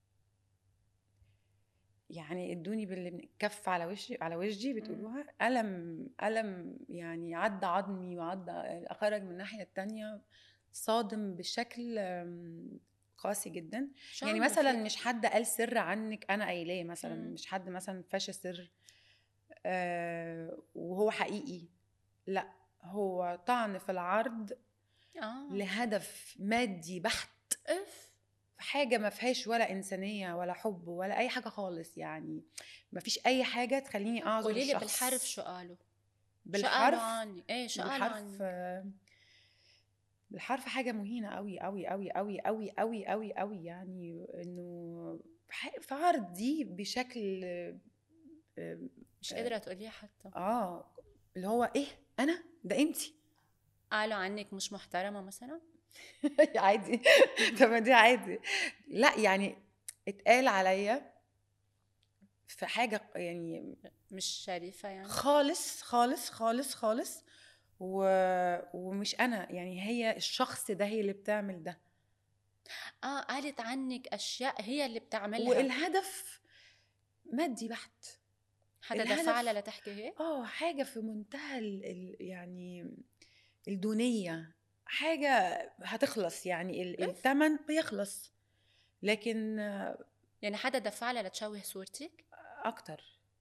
يعني ادوني بالكف على وشي على وجهي بتقولوها. ألم ألم يعني عدى عظمي وعدى خرج من الناحية التانية، صادم بشكل آم، قاسي جدا. شو يعني عملوا مثلا فيك؟ مش حد قال سر عنك انا قايلاه مثلا، مم. مش حد مثلا فشى سر آه وهو حقيقي، لا هو طعن في العرض اه لهدف مادي بحت، اف. في حاجة ما فيهاش ولا إنسانية ولا حب ولا أي حاجة خالص. يعني ما فيش أي حاجة تخليني أعذر قولي لي الشخص. بالحرف شو قالوا؟ شو قالوا بالحرف عني؟ ايه شو قالوا بالحرف عني؟ آه، بالحرف حاجة مهينة قوي قوي قوي قوي قوي قوي قوي قوي. يعني إنه ح- في عرض دي بشكل آه مش قادره تقوليها حتى. آه اللي هو إيه أنا ده أنتي. قالوا عنك مش محترمه مثلا؟ عادي. طب ما دي عادي. لا يعني اتقال عليا في حاجة يعني مش شريفه يعني؟ خالص خالص خالص خالص و... ومش انا يعني، هي الشخص ده هي اللي بتعمل ده. اه قالت عنك اشياء هي اللي بتعملها. والهدف مادي بحت. حدا الهدف- دفعها لتحكي هيك؟ اه حاجة في منتهى ال ال يعني الدونية، حاجة هتخلص يعني ال- إف. التمن بيخلص، لكن يعني حدا دفعها لتشوه صورتك؟ أكتر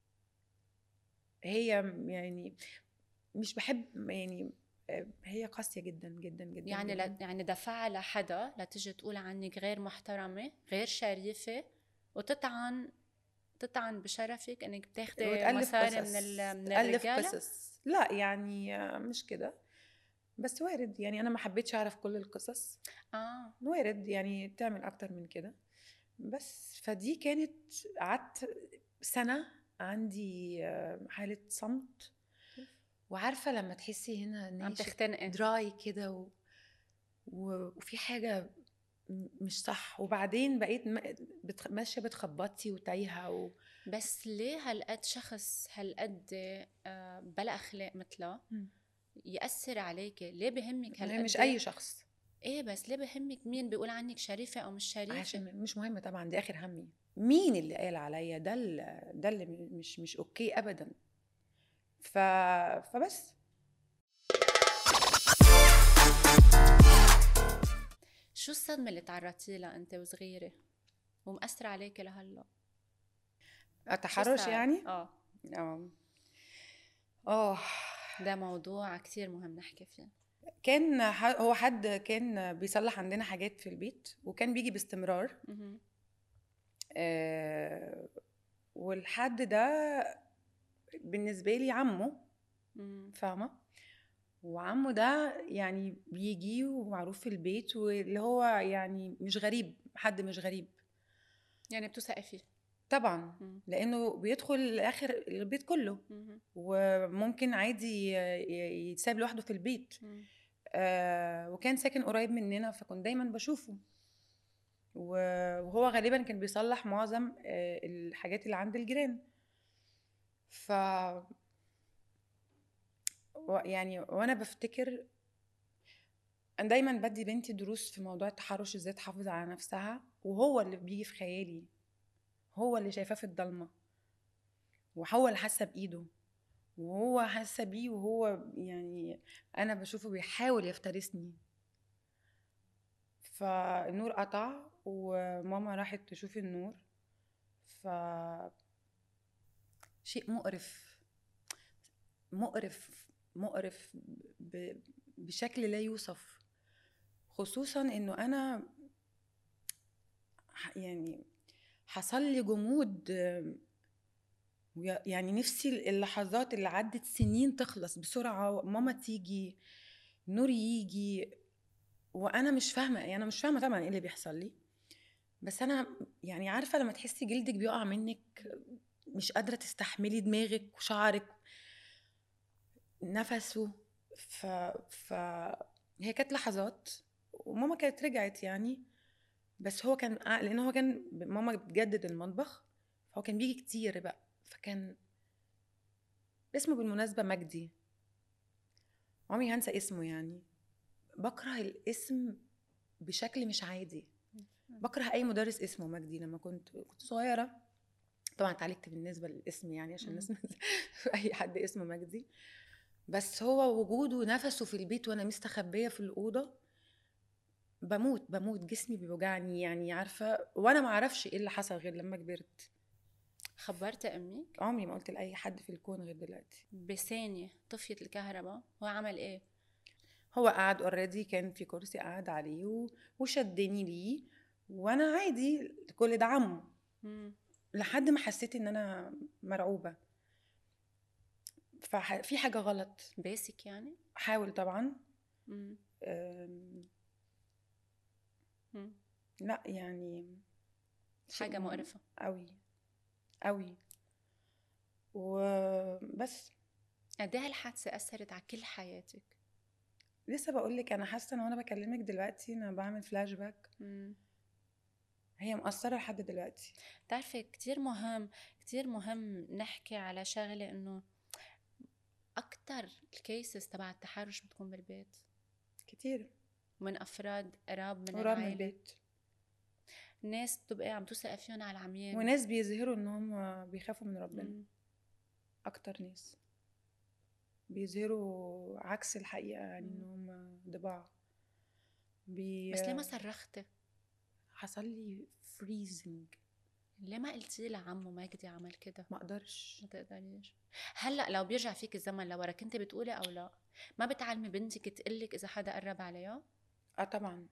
هي يعني مش بحب يعني، هي قاسية جدا جدا جدا يعني جدا. ل... يعني دفعها لحدا لتجي تقول عنك غير محترمة غير شريفة، وتطعن تطعن بشرفك انك بتاخدي وتألف مصاري قصص، من ال... من تألف الرجالة. قصص، لا يعني مش كده، بس وارد يعني، أنا ما حبيتش أعرف كل القصص، اه وارد يعني تعمل أكتر من كده. بس فدي كانت، قعدت سنة عندي حالة صمت، وعارفة لما تحسي هنا عم ناشف تختنقي. دراي كده و... و... وفي حاجة م- مش صح، وبعدين بقيت م- بتخ... ماشية بتخبطي وتايهة و... بس ليه هالقد شخص هالقد آه، بلا اخلاق مثله مم. يأثر عليك؟ ليه بهمك هي مش هالقد؟ أي شخص، ايه بس ليه بهمك مين بيقول عنك شريفة او مش شريفة؟ عشان مش مهم طبعا، دي آخر همي مين اللي قال عليا ده، اللي ده اللي مش مش أوكي أبدا. ف... فبس. شو الصدمة اللي تعرضتي لها انت وصغيرة ومأثرة عليك لهلا؟ شو التحرش صار؟ يعني، اه اه اه ده موضوع كتير مهم نحكي فيه. كان ح- هو حد كان بيصلح عندنا حاجات في البيت، وكان بيجي باستمرار. مهم. آه والحد ده بالنسبة لي عمه، مم. فاهمة؟ وعمه ده يعني بيجي ومعروف في البيت، واللي هو يعني مش غريب، حد مش غريب يعني بتوثقي فيه؟ طبعا، مم. لانه بيدخل اخر البيت كله، مهم. وممكن عادي ي- يتساب لوحده في البيت. مم. آه وكان ساكن قريب مننا، فكنت دايما بشوفه، وهو غالبا كان بيصلح معظم آه الحاجات اللي عند الجيران. ف و- يعني وانا بفتكر، انا دايما بدي بنتي دروس في موضوع التحرش، ازاي تحافظ على نفسها، وهو اللي بيجي في خيالي، هو اللي شايفاه في الضلمه، وهو اللي حاسه بايده، وهو حاسه بيه، وهو يعني انا بشوفه بيحاول يفترسني. فالنور قطع وماما راحت تشوف النور، ف شيء مقرف مقرف مقرف ب... بشكل لا يوصف، خصوصا انه انا ح- يعني حصل لي جمود، ويا- يعني نفسي اللحظات اللي عدت سنين تخلص بسرعة، ماما تيجي، نور يجي، وانا مش فاهمة، يعني انا مش فاهمة طبعا ايه اللي بيحصل لي، بس انا يعني عارفة لما تحسي جلدك بيقع منك، مش قادرة تستحملي دماغك وشعرك نفسه. ف... ف هي كانت لحظات، وماما كانت رجعت يعني، بس هو كان قاع- لان هو كان ماما بتجدد المطبخ، فهو كان بيجي كتير بقى، فكان اسمه بالمناسبة مجدي، عمري هنسى اسمه يعني، بكره الاسم بشكل مش عادي، بكره اي مدرس اسمه مجدي. لما كنت كنت صغيرة طبعا اتعالجت بالنسبة للاسم يعني، عشان الناس اي حد اسمه مجدي، بس هو وجوده ونفسه في البيت وانا مستخبية في الأوضة بموت بموت، جسمي بيوجعني يعني، عارفة؟ وانا ما اعرفش ايه اللي حصل غير لما كبرت. خبرت امك؟ عمري ما قلت لاي حد في الكون غير دلوقتي. بثانية طفيت الكهرباء هو عمل ايه؟ هو قعد اوريدي، كان في كرسي قعد عليه و- وشدني ليه، وانا عادي، كل ده عمه، مم. لحد ما حسيت ان انا مرعوبة، ففي حاجة غلط. بيسك يعني؟ حاول طبعا. مم. أم، مم. لا يعني شيء حاجة م- مقرفة. قوي قوي وبس. قد ايه هالحادثة أثرت على كل حياتك؟ لسه بقولك، انا حاسه ان وانا بكلمك دلوقتي انا بعمل فلاش باك، مم. هي مأثره لحد دلوقتي. بتعرفي كتير مهم كتير مهم نحكي على شغلة إنه أكتر الكيسز تبع التحرش بتكون بالبيت، كتير من أفراد قراب من قراب من العائلة. البيت، ناس بتبقى عم توثق فيهم على العميان. وناس بيظهروا ان هم بيخافوا من ربنا. مم. اكتر ناس بيظهروا عكس الحقيقه، يعني ان هم ضباع بي... بس ليه ما صرختي؟ حصل لي فريزنج. ليه ما قلتي لعمو مجدي عمل كده؟ ما اقدرش. ما تقدريش. هلا لو بيرجع فيك الزمن لورا كنت بتقولي او لا؟ ما بتعلمي بنتك تقلك اذا حدا قرب عليها؟ اه طبعا.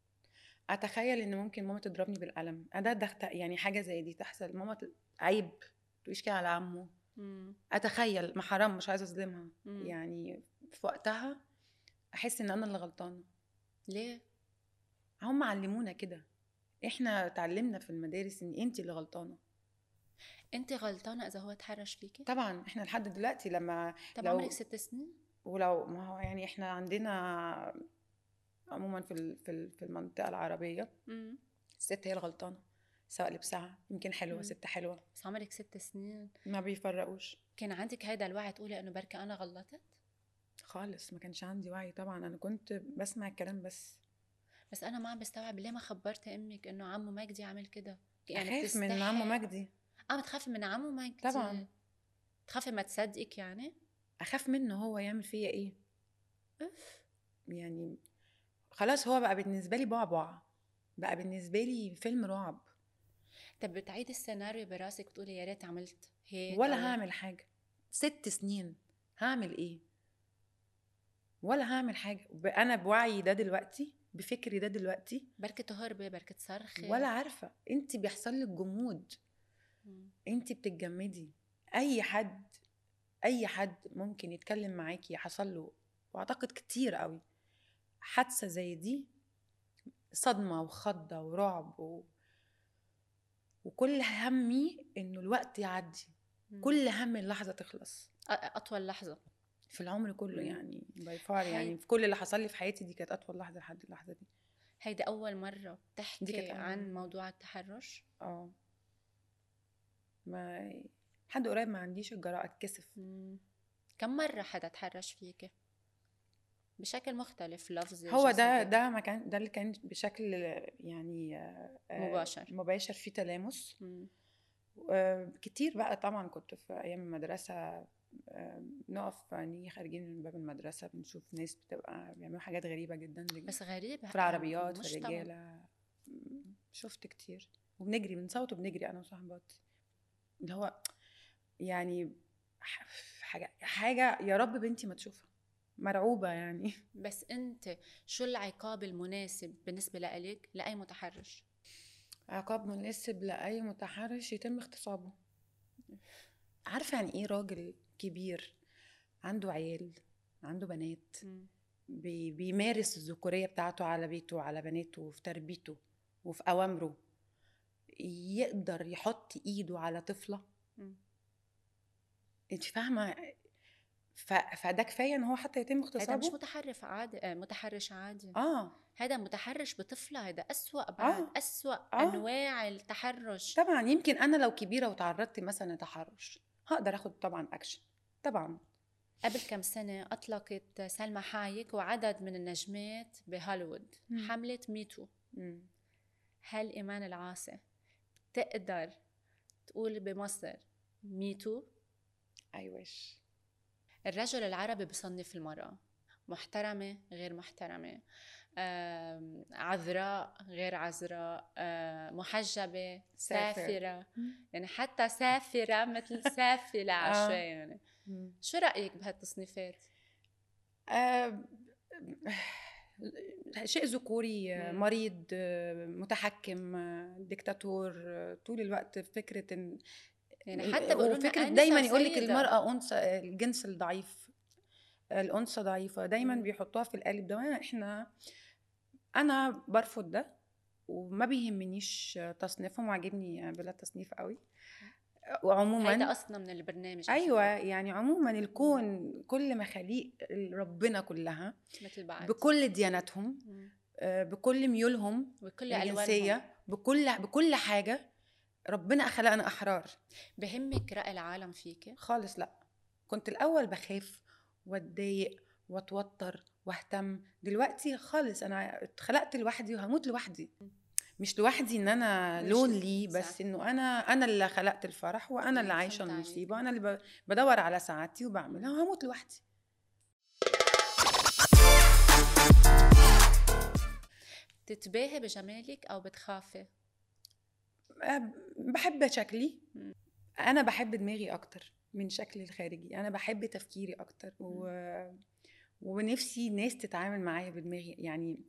اتخيل ان ممكن ماما تضربني بالقلم، انا ده يعني حاجه زي دي تحصل، ماما ت... عيب تقوليش كده على عمو. مم. اتخيل، ما حرام، مش عايزه اظلمها. مم. يعني في وقتها احس ان انا اللي غلطانه. ليه؟ هم علمونا كده، احنا اتعلمنا في المدارس ان انتي اللي غلطانه. انت غلطانه اذا هو تحرش فيكي؟ طبعا احنا لحد دلوقتي لما طب لو عمرك ست سنين؟ ولو ما هو يعني احنا عندنا عموما في ال- في ال- في المنطقه العربيه مم. الست هي الغلطانه، سواء لبسها يمكن حلوه، مم. ست حلوه، بس عمرك ست سنين ما بيفرقوش كان عندك هيدا الوعي تقولي انه بركي انا غلطت؟ خالص. ما كانش عندي وعي طبعا، انا كنت بسمع الكلام بس. بس انا ما عم بستوعب ليه ما خبرتي امك انه عمو مجدي عمل كده؟ يعني اخاف من عمو بتستحي؟ مجدي. اه بتخافي من عمو مجدي؟ طبعا تخافي ما تصدقك يعني؟ اخاف منه هو يعمل فيا ايه. اف. يعني خلاص هو بقى بالنسبه لي بعبع، بقى بالنسبه لي فيلم رعب. طب بتعيدي السيناريو براسك تقولي يا ريت عملت هيك ولا او هعمل حاجه، ست سنين هعمل ايه؟ ولا هعمل حاجه. ب- انا بوعي ده دلوقتي، بفكري ده دلوقتي، بركي تهربي بركي تصرخي. ولا عارفه. انت بيحصل لك جمود، مم. انت بتتجمدي. اي حد اي حد ممكن يتكلم معاكي حصل له، واعتقد كتير قوي حادثه زي دي، صدمه وخضه ورعب و... وكل همي انه الوقت يعدي، مم. كل هم اللحظه تخلص أ- اطول لحظه في العمر كله. مم. يعني باي فار، هي يعني في كل اللي حصل لي في حياتي دي كانت اطول لحظه لحد اللحظه دي. هيدا اول مره دي بتحكي كانت أول عن مرة. موضوع التحرش؟ اه ما حد قريب ما عنديش الجرأة اتكسف. مم. كم مره حدا تحرش فيكي بشكل مختلف، لفظي هو ده جسدي؟ ده ما كان ده اللي كان بشكل يعني آه، آه، مباشر. مباشر في تلامس. مم. آه، كتير بقى طبعا. كنت في ايام المدرسه آه، نقف نيجي خارجين من باب المدرسه بنشوف ناس بتبقى بيعملوا حاجات غريبه جدا، بس غريب في العربيات، في المجتمع. الرجاله. شفت كتير وبنجري بنصوت وبنجري انا وصاحباتي، اللي هو يعني ح- حاجه حاجه يا رب بنتي ما تشوفها، مرعوبه يعني. بس انت شو العقاب المناسب بالنسبه لإلك لاي متحرش؟ عقاب مناسب لاي متحرش يتم اغتصابه. عارفه يعني ايه راجل كبير عنده عيال، عنده بنات، مم. بي بيمارس الذكوريه بتاعته على بيته وعلى بناته وفي تربيته وفي اوامره، يقدر يحط ايده على طفله؟ مم. انت فاهمه؟ ف... فده كفايه ان هو حتى يتم هذا مش اغتصابه. متحرف عادي، آه، متحرش عادي. اه هذا متحرش بطفلة، هذا أسوأ بعد، اه أسوأ اه أنواع التحرش. طبعا. يمكن انا لو كبيره وتعرضت مثلا لتحرش هقدر اخد طبعا اكشن طبعا. قبل كم سنة أطلقت سلمى حايك وعدد من النجمات بهوليوود مم. حملة ميتو. مم. هل إيمان العاصي تقدر تقول بمصر ميتو؟ اي وش. الرجل العربي بصنف المرأة محترمة غير محترمة، آم، عذراء غير عذراء، آم، محجبة سافر. سافرة، يعني حتى سافرة مثل سافلة عشوائي اه يعني. مم. شو رأيك بهالتصنيفات؟ آه، شيء ذكوري، آه، مم. مريض، آه، متحكم، آه، ديكتاتور، آه، طول الوقت فكرة إن يعني حتى بيقولوا لنا وفكرة آنسة دايما يقولك وسيدة. المرأة أنثى، الجنس الضعيف، الأنثى ضعيفة، دايما مم. بيحطوها في القالب ده. وأنا إحنا أنا برفض ده وما بيهمنيش تصنيفهم، وعجبني بلا تصنيف قوي. وعموما هيدا قصدنا من البرنامج على ايوه، فكرة. يعني عموما الكون كل مخاليق ربنا كلها مثل بعض. بكل دياناتهم، مم. آه، بكل ميولهم وكل ألوانهم. الجنسيه، بكل بكل حاجه. ربنا خلقنا احرار. بهمك رأي العالم فيك؟ خالص لا. كنت الاول بخاف واتضايق واتوتر واهتم. دلوقتي خالص انا اتخلقت لوحدي وهموت لوحدي. مش لوحدي ان انا مش لونلي، صح. بس انه انا انا اللي خلقت الفرح وانا اللي إيه، عايشه فهمت عليك. المصيبه وانا اللي ب- بدور على سعادتي وبعملها وهموت لوحدي. تتباهي بجمالك او بتخافي؟ أه، بحب شكلي، مم. انا بحب دماغي اكتر من شكلي الخارجي، انا بحب تفكيري اكتر و... ونفسي الناس تتعامل معايا بدماغي، يعني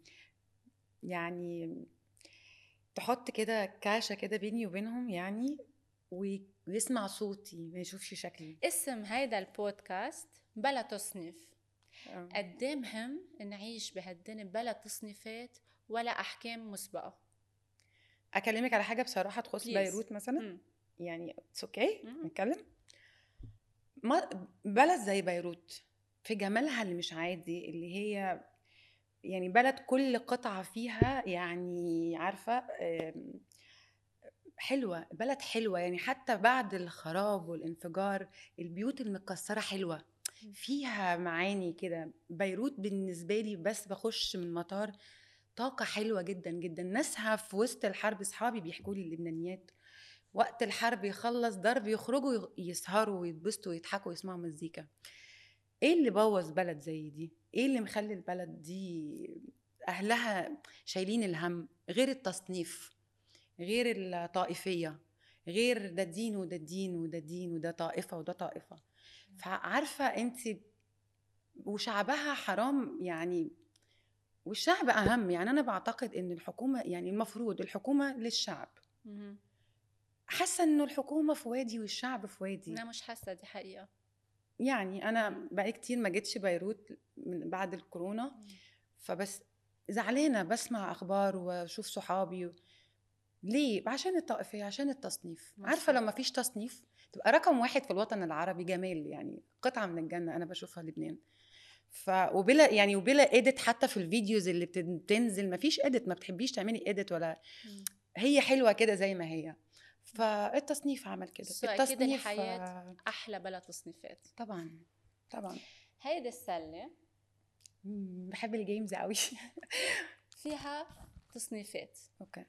يعني تحط كده كاشة كده بيني وبينهم يعني، وي- ويسمع صوتي ما يشوفش شكلي. اسم هيدا البودكاست بلا تصنيف. أه. قد ايه مهم نعيش بهالدنيا بلا تصنيفات ولا احكام مسبقه. اكلمك على حاجه بصراحه تخص Please. بيروت مثلا، مم. يعني اتس اوكي مم. نتكلم. ما بلد زي بيروت في جمالها اللي مش عادي، اللي هي يعني بلد كل قطعه فيها يعني عارفه آم، حلوه، بلد حلوه يعني، حتى بعد الخراب والانفجار البيوت المتكسره حلوه، فيها معاني كده. بيروت بالنسبه لي بس بخش من مطار طاقه حلوه جدا جدا. ناسها في وسط الحرب، اصحابي بيحكوا لي اللبنانيات وقت الحرب يخلص ضرب يخرجوا يغ- يسهروا ويتبسطوا ويضحكوا ويسمعوا مزيكا. ايه اللي بوظ بلد زي دي؟ ايه اللي مخلي البلد دي اهلها شايلين الهم؟ غير التصنيف، غير الطائفية، غير ده دين وده دين وده دين وده طائفة وده طائفة. فعارفة انت، وشعبها حرام يعني، والشعب أهم. يعني أنا بعتقد إن الحكومة، يعني المفروض الحكومة للشعب. مم. حاسة إنه الحكومة في وادي والشعب في وادي. انا مش حاسه، دي حقيقه. يعني أنا بقالي كتير ما جيتش بيروت من بعد الكورونا، فبس زعلانة بسمع أخبار وشوف صحابي و... ليه؟ عشان الطائفية، عشان التصنيف. مظبوط. عارفة لما فيش تصنيف تبقى رقم واحد في الوطن العربي جمال، يعني قطعة من الجنة أنا بشوفها لبنان. ف وبلا يعني وبلا إيديت، حتى في الفيديوز اللي بت- بتنزل ما فيش إيديت، ما بتحبيش تعملي إيديت ولا، مم. هي حلوة كده زي ما هي. فالتصنيف عمل كده. سو اكيد التصنيف الحياه آه، احلى بلا تصنيفات. طبعا طبعا. هيدي السله مم، بحب الجيمز قوي. فيها تصنيفات. اوكي.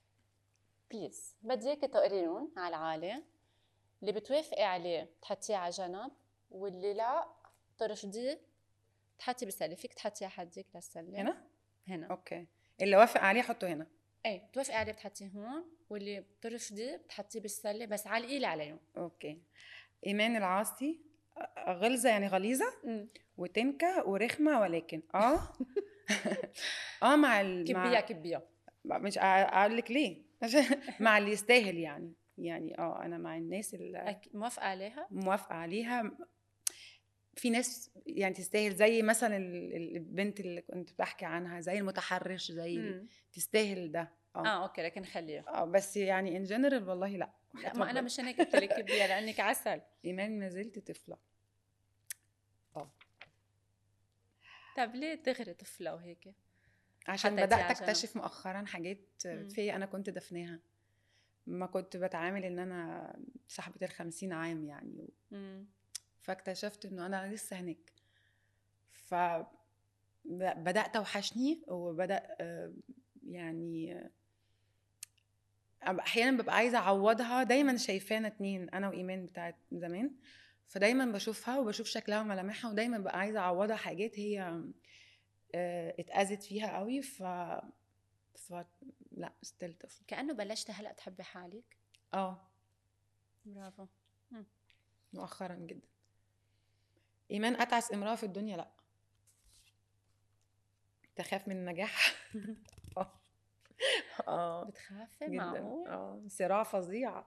بليز بدي اياكي تقريهم على العالي. اللي بتوافقي عليه تحطيه على جنب، واللي لا ترفضيه تحطي بالسله. فيك تحطيها حدك للسله هنا هنا. اوكي، اللي وافق عليه حطه هنا. ايه بتوافقي عليه بتحطيه هون، واللي بترفضيه بتحطيه بالسله، بس علقي عليهم. اوكي. ايمان العاصي، آه، غلظه يعني غليظه امم وتنكه ورخمه، ولكن اه اه مع ال... كبيها مع كبيها. مش اقول لك ليه عشان مع اللي يستاهل يعني. يعني اه انا مع الناس اللي أك... موافقه عليها. موافقه عليها. في ناس يعني تستاهل، زي مثلا ال- ال- البنت اللي كنت بحكي عنها، زي المتحرش، زي ال- امم تستاهل ده. اه اه اوكي، لكن خليها. اه بس يعني ان جنرال والله لا، وحياة لا، ما انا ربنا. مش هيك قلت لك كبيها لانك عسل. ايمان ما زلت طفله. اه طب ليه دغري طفله وهيك؟ عشان حطيتيها بدات على جنب. اكتشف مؤخرا حاجات مم. فيا انا كنت دفناها. ما كنت بتعامل ان انا صاحبه الخمسين عام يعني، مم. فاكتشفت انه انا لسه هناك. فبدات اوحشني، وبدا آه، يعني أبقى احيانا ببقى عايزه اعوضها. دايما شايفانا اتنين، انا وايمان بتاعت زمان، فدايما بشوفها وبشوف شكلها وملامحها، ودايما ببقى عايزه اعوضها حاجات هي آه، اتأذت فيها قوي. ف ف لا ستيل طفل. كأنه بلشت هلا تحبي حالك. اه برافو. مم. مؤخرا جدا. ايمان اتعس امراه في الدنيا؟ لا. تخاف من النجاح. اه اه بتخافي؟ جدا. معقول؟ اه صراع فظيع.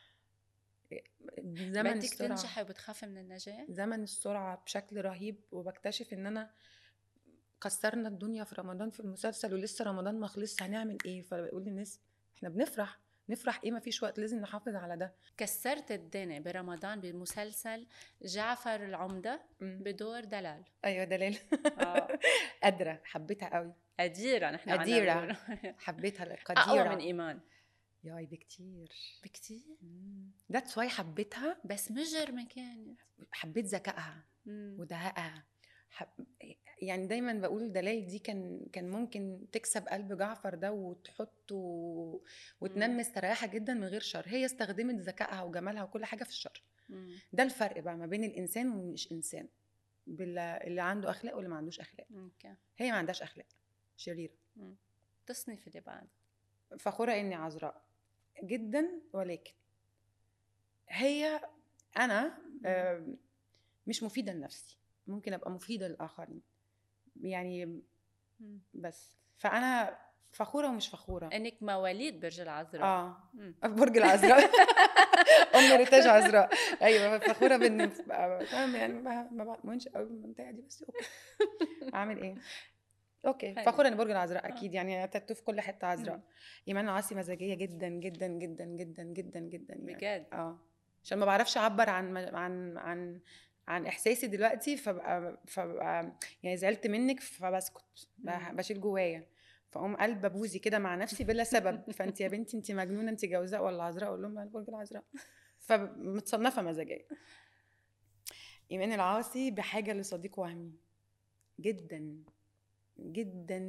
زمن بدك السرعه، تنجحي وبتخافي من النجاح؟ زمن السرعه بشكل رهيب. وبكتشف ان انا كسرنا الدنيا في رمضان في المسلسل، ولسه رمضان ما خلصش، هنعمل ايه؟ فبقول للناس احنا بنفرح. نفرح ايه؟ ما فيش وقت، لازم نحافظ على ده. كسرت الدنيا برمضان بمسلسل جعفر العمدة مم. بدور دلال. ايوه دلال. اه قادره، حبيتها قوي. قديرة نحن عنا قديره، بنقول. حبيتها أقوى من قديره. إيمان ياي بكتير. بكتير. ذاتس واي حبيتها. بس مجرمة كانت. حبيت ذكائها مم. ودهائها. حب... يعني دايما بقول دلال دي كان كان ممكن تكسب قلب جعفر ده وتحطه وتنام مم. مستريحه جدا من غير شر. هي استخدمت ذكائها وجمالها وكل حاجه في الشر. مم. ده الفرق بقى ما بين الانسان والمش انسان، باللي اللي عنده اخلاق واللي ما عندوش اخلاق. اوكي. هي ما عندهاش اخلاق، شريره. مم. تصنيف اللي بعد. فخوره اني عذراء جدا، ولكن هي انا آه، مش مفيده لنفسي، ممكن ابقى مفيده للاخرين يعني. مم. بس فانا فخوره ومش فخوره. انك مواليد برج العذراء. اه مم. برج العذراء. ام ريتاج عذراء. ايوه فخوره بان فاهم يعني ما ما بعملش قوي المنطقه دي، بس اوكي اعمل ايه. اوكي حلو. فخوره ان برج العذراء آه. اكيد يعني تاتو في كل حته عذراء. مم. ايمان عاصي مزاجيه جدا جدا جدا جدا جدا جدا يعني. بجد. اه عشان ما بعرفش اعبر عن عن عن عن احساسي دلوقتي، فبقى فبقى يعني زعلت منك فبسكت مم. بشيل جوايا، فاقوم قلب ابوزي كده مع نفسي بلا سبب. فانت يا بنتي انت مجنونه، انت جوزاء ولا عذراء؟ اقول لهم انا برج العذراء. فمتصنفه مزاجيه. ايمان العاصي بحاجه لصديق وهمي جدا جدا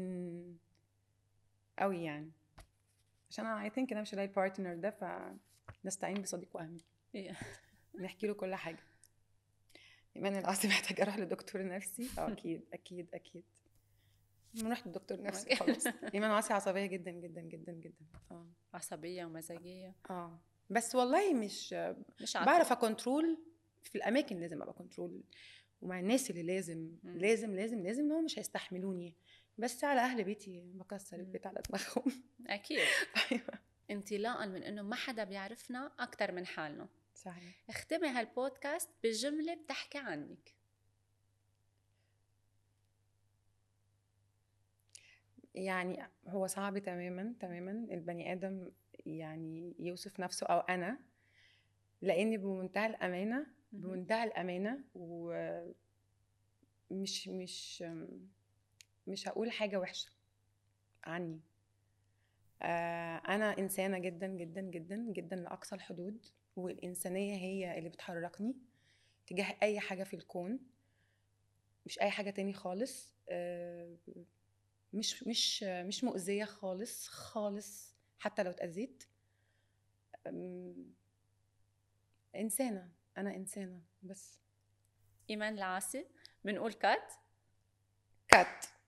قوي يعني، عشان انا اي ثينك انا مش لاقي بارتنر ده، فنستعين بصديق وهمي إيه. نحكي له كل حاجه. ايمان العاصي محتاجه اروح لدكتور نفسي. اه اكيد اكيد اكيد نروح للدكتور نفسي خلاص. ايمان العاصي عصبيه جدا جدا جدا جدا. اه عصبيه ومزاجيه. اه بس والله مش مش عاطفة. بعرف اكنترول في الاماكن، لازم ابقى كنترول، ومع الناس اللي لازم مم. لازم لازم لازم ان هم مش هيستحملوني، بس على اهل بيتي بكسر مم. البيت على دماغهم. اكيد. ايوه انطلاقا من انه ما حدا بيعرفنا اكثر من حالنا، صحيح. اختمي هالبودكاست بجمله بتحكي عنك. يعني هو صعب تماما تماما البني ادم يعني يوصف نفسه او انا، لاني بمنتهى الامانه بمنتهى الامانه ومش مش مش هقول حاجه وحشه عني. آه انا انسانه جدا جدا جدا جدا لاقصى الحدود، والانسانيه هي اللي بتحركني تجاه اي حاجه في الكون، مش اي حاجه تاني خالص. آه مش مش مش مؤذيه خالص خالص، حتى لو اتاذيت. انسانه، انا انسانه بس. ايمان العاصي بنقول كات كات.